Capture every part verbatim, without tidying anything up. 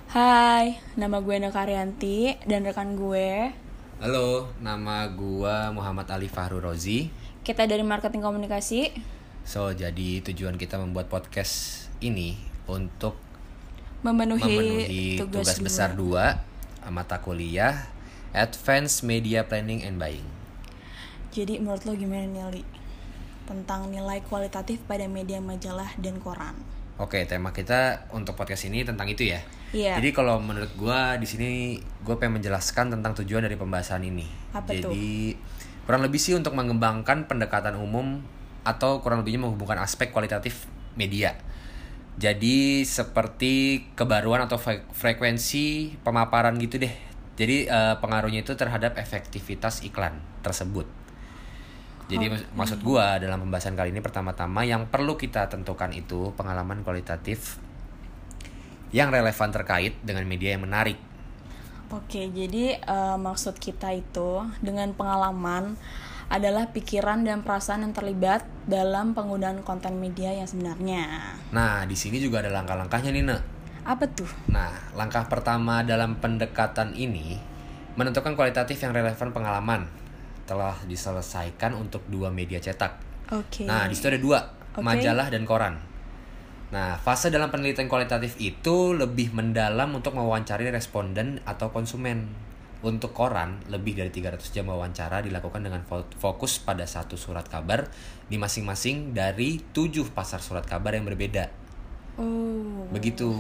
Hai, nama gue Enda Karyanti dan rekan gue. Halo, nama gua Muhammad Ali Fahru Rozi. Kita dari marketing komunikasi. So, jadi tujuan kita membuat podcast ini untuk Memenuhi, memenuhi tugas, tugas, besar dua mata kuliah Advanced Media Planning and Buying. Jadi menurut lo gimana nih, Li? Tentang nilai kualitatif pada media majalah dan koran. Oke, tema kita untuk podcast ini tentang itu ya. Iya. Jadi kalau menurut gua di sini gua pengen menjelaskan tentang tujuan dari pembahasan ini. Apa Jadi tuh? kurang lebih sih untuk mengembangkan pendekatan umum atau kurang lebihnya menghubungkan aspek kualitatif media. Jadi seperti kebaruan atau frekuensi pemaparan gitu deh. Jadi uh, pengaruhnya itu terhadap efektivitas iklan tersebut. Jadi oh, mak- maksud gua dalam pembahasan kali ini pertama-tama yang perlu kita tentukan itu pengalaman kualitatif yang relevan terkait dengan media yang menarik. Oke, jadi uh, maksud kita itu dengan pengalaman adalah pikiran dan perasaan yang terlibat dalam penggunaan konten media yang sebenarnya. Nah, di sini juga ada langkah-langkahnya nih, Nek. Apa tuh? Nah, langkah pertama dalam pendekatan ini menentukan kualitatif yang relevan pengalaman telah diselesaikan untuk dua media cetak. Oke. Nah, di situ ada dua, okay. majalah dan koran. Nah, fase dalam penelitian kualitatif itu lebih mendalam untuk mewawancari responden atau konsumen. Untuk koran, lebih dari tiga ratus jam wawancara dilakukan dengan fokus pada satu surat kabar di masing-masing dari tujuh pasar surat kabar yang berbeda. Oh. Begitu.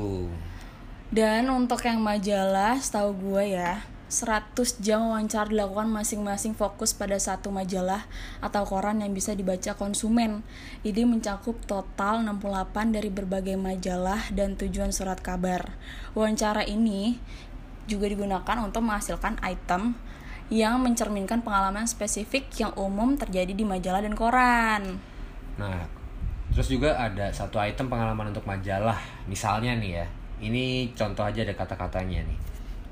Dan untuk yang majalah, setahu gue ya, seratus jam wawancara dilakukan masing-masing fokus pada satu majalah atau koran yang bisa dibaca konsumen. Ini mencakup total enam puluh delapan dari berbagai majalah dan tujuan surat kabar. Wawancara ini juga digunakan untuk menghasilkan item yang mencerminkan pengalaman spesifik yang umum terjadi di majalah dan koran. Nah, terus juga ada satu item pengalaman untuk majalah. Misalnya nih ya, ini contoh aja ada kata-katanya nih.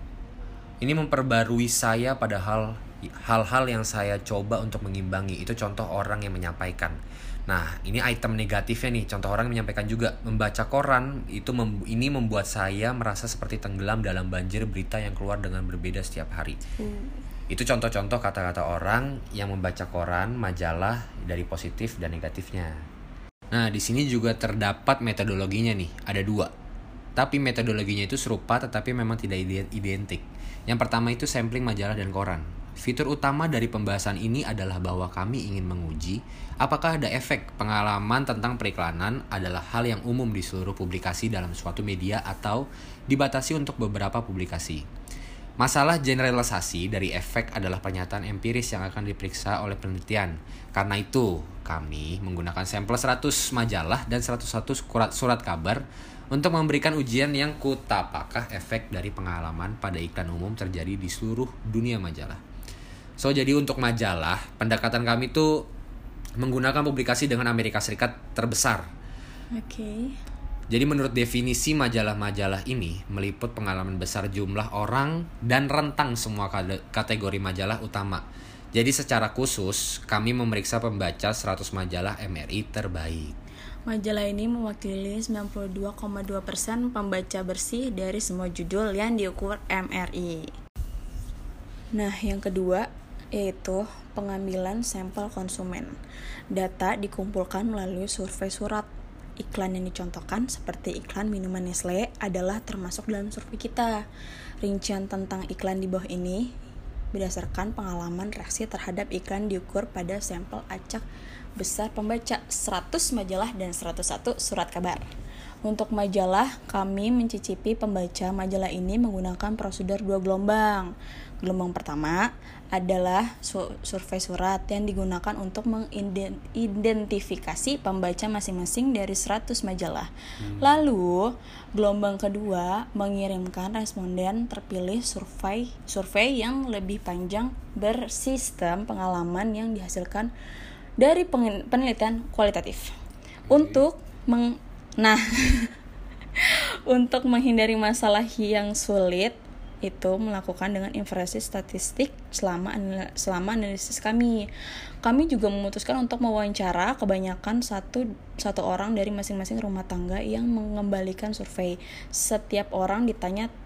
Ini memperbarui saya pada hal, hal-hal yang saya coba untuk mengimbangi. Itu contoh orang yang menyampaikan. Nah, ini item negatifnya nih. Contoh orang yang menyampaikan juga. Membaca koran, itu mem- ini membuat saya merasa seperti tenggelam dalam banjir berita yang keluar dengan berbeda setiap hari. Hmm. Itu contoh-contoh kata-kata orang yang membaca koran, majalah dari positif dan negatifnya. Nah, di sini juga terdapat metodologinya nih. Ada dua. Tapi metodologinya itu serupa tetapi memang tidak identik. Yang pertama itu sampling majalah dan koran. Fitur utama dari pembahasan ini adalah bahwa kami ingin menguji apakah ada efek pengalaman tentang periklanan adalah hal yang umum di seluruh publikasi dalam suatu media atau dibatasi untuk beberapa publikasi. Masalah generalisasi dari efek adalah pernyataan empiris yang akan diperiksa oleh penelitian. Karena itu, kami menggunakan sampel seratus majalah dan seratus satu surat, surat kabar untuk memberikan ujian yang kuta apakah efek dari pengalaman pada iklan umum terjadi di seluruh dunia majalah. So, jadi untuk majalah, pendekatan kami itu menggunakan publikasi dengan Amerika Serikat terbesar. Oke. Okay. Jadi menurut definisi majalah-majalah ini meliput pengalaman besar jumlah orang dan rentang semua kategori majalah utama. Jadi secara khusus kami memeriksa pembaca seratus majalah M R I terbaik. Majalah ini mewakili sembilan puluh dua koma dua persen pembaca bersih dari semua judul yang diukur M R I. Nah, yang kedua yaitu pengambilan sampel konsumen. Data dikumpulkan melalui survei surat. Iklan yang dicontohkan seperti iklan minuman Nestle adalah termasuk dalam survei kita. Rincian tentang iklan di bawah ini berdasarkan pengalaman reaksi terhadap iklan diukur pada sampel acak besar pembaca seratus majalah dan seratus satu surat kabar. Untuk majalah, kami mencicipi pembaca majalah ini menggunakan prosedur dua gelombang. Gelombang pertama adalah su- survei surat yang digunakan untuk mengidentifikasi pembaca masing-masing dari seratus majalah. Hmm. Lalu, gelombang kedua mengirimkan responden terpilih survei survei yang lebih panjang bersistem pengalaman yang dihasilkan dari penelitian kualitatif. Hmm. Untuk meng Nah, untuk menghindari masalah yang sulit, itu melakukan dengan inferensi statistik selama selama analisis kami. Kami juga memutuskan untuk mewawancara kebanyakan satu satu orang dari masing-masing rumah tangga yang mengembalikan survei. Setiap orang ditanya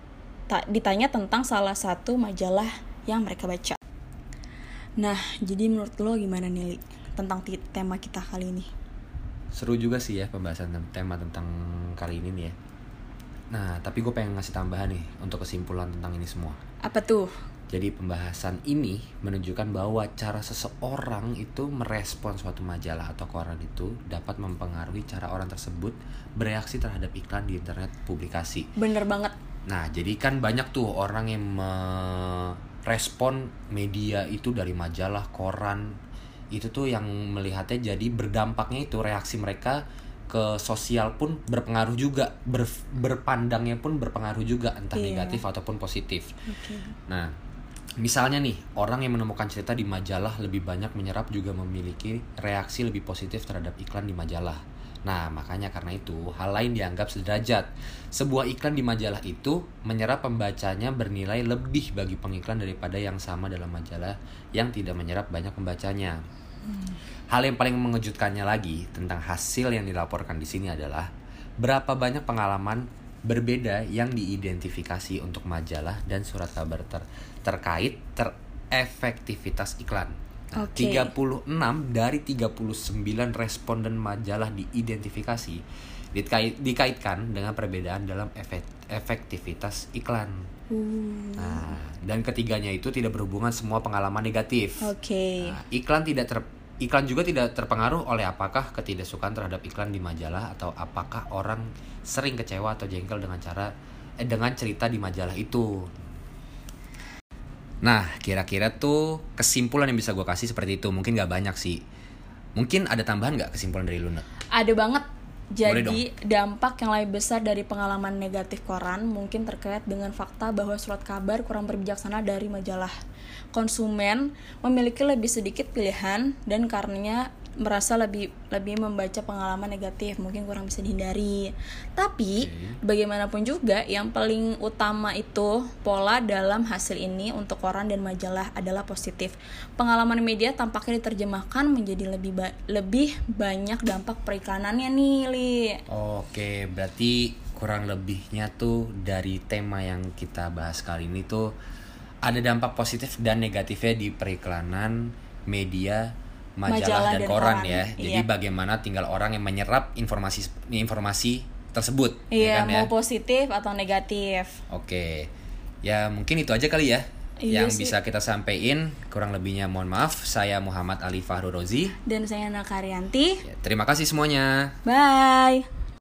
ta- ditanya tentang salah satu majalah yang mereka baca. Nah, jadi menurut lo gimana nih, Li, tentang t- tema kita kali ini? Seru juga sih ya pembahasan tema tentang kali ini nih ya. Nah, tapi gue pengen ngasih tambahan nih untuk kesimpulan tentang ini semua. Apa tuh? Jadi pembahasan ini menunjukkan bahwa cara seseorang itu merespon suatu majalah atau koran itu dapat mempengaruhi cara orang tersebut bereaksi terhadap iklan di internet publikasi. Bener banget. Nah, jadi kan banyak tuh orang yang merespon media itu dari majalah, koran. Itu tuh yang melihatnya jadi berdampaknya itu reaksi mereka ke sosial pun berpengaruh juga, ber, berpandangnya pun berpengaruh juga, entah Iya. negatif ataupun positif. Okay. Nah, misalnya nih, orang yang menemukan cerita di majalah lebih banyak menyerap juga memiliki reaksi lebih positif terhadap iklan di majalah. Nah, makanya karena itu, hal lain dianggap sederajat. Sebuah iklan di majalah itu menyerap pembacanya bernilai lebih bagi pengiklan daripada yang sama dalam majalah yang tidak menyerap banyak pembacanya. Hmm. Hal yang paling mengejutkannya lagi tentang hasil yang dilaporkan di sini adalah berapa banyak pengalaman berbeda yang diidentifikasi untuk majalah dan surat kabar ter- terkait terefektivitas iklan. Nah, Okay. tiga puluh enam dari tiga puluh sembilan responden majalah diidentifikasi dikait- dikaitkan dengan perbedaan dalam efek- efektivitas iklan. Uh. Nah, dan ketiganya itu tidak berhubungan semua pengalaman negatif. Oke. Okay. Nah, iklan tidak ter iklan juga tidak terpengaruh oleh apakah ketidaksukaan terhadap iklan di majalah atau apakah orang sering kecewa atau jengkel dengan cara eh, dengan cerita di majalah itu. Nah, kira-kira tuh kesimpulan yang bisa gue kasih seperti itu. Mungkin gak banyak sih. Mungkin ada tambahan gak kesimpulan dari Luna? Ada banget. Jadi dampak yang lebih besar dari pengalaman negatif koran mungkin terkait dengan fakta bahwa surat kabar kurang berbijaksana dari majalah. Konsumen memiliki lebih sedikit pilihan dan karenanya merasa lebih lebih membaca pengalaman negatif, mungkin kurang bisa dihindari. Tapi okay. bagaimanapun juga yang paling utama itu pola dalam hasil ini untuk koran dan majalah adalah positif. Pengalaman media tampaknya diterjemahkan menjadi lebih ba- lebih banyak dampak periklanannya nih, Li. Oke, berarti kurang lebihnya tuh dari tema yang kita bahas kali ini tuh ada dampak positif dan negatifnya di periklanan media, majalah, majalah dan, dan koran, koran ya. Jadi iya. Bagaimana tinggal orang yang menyerap informasi informasi tersebut. Iya, ya kan, mau ya? Positif atau negatif. Oke, ya mungkin itu aja kali ya iya yang sih. bisa kita sampaikan. Kurang lebihnya mohon maaf. Saya Muhammad Ali Fahru Rozi dan saya Naka Arianti. Ya, terima kasih semuanya. Bye.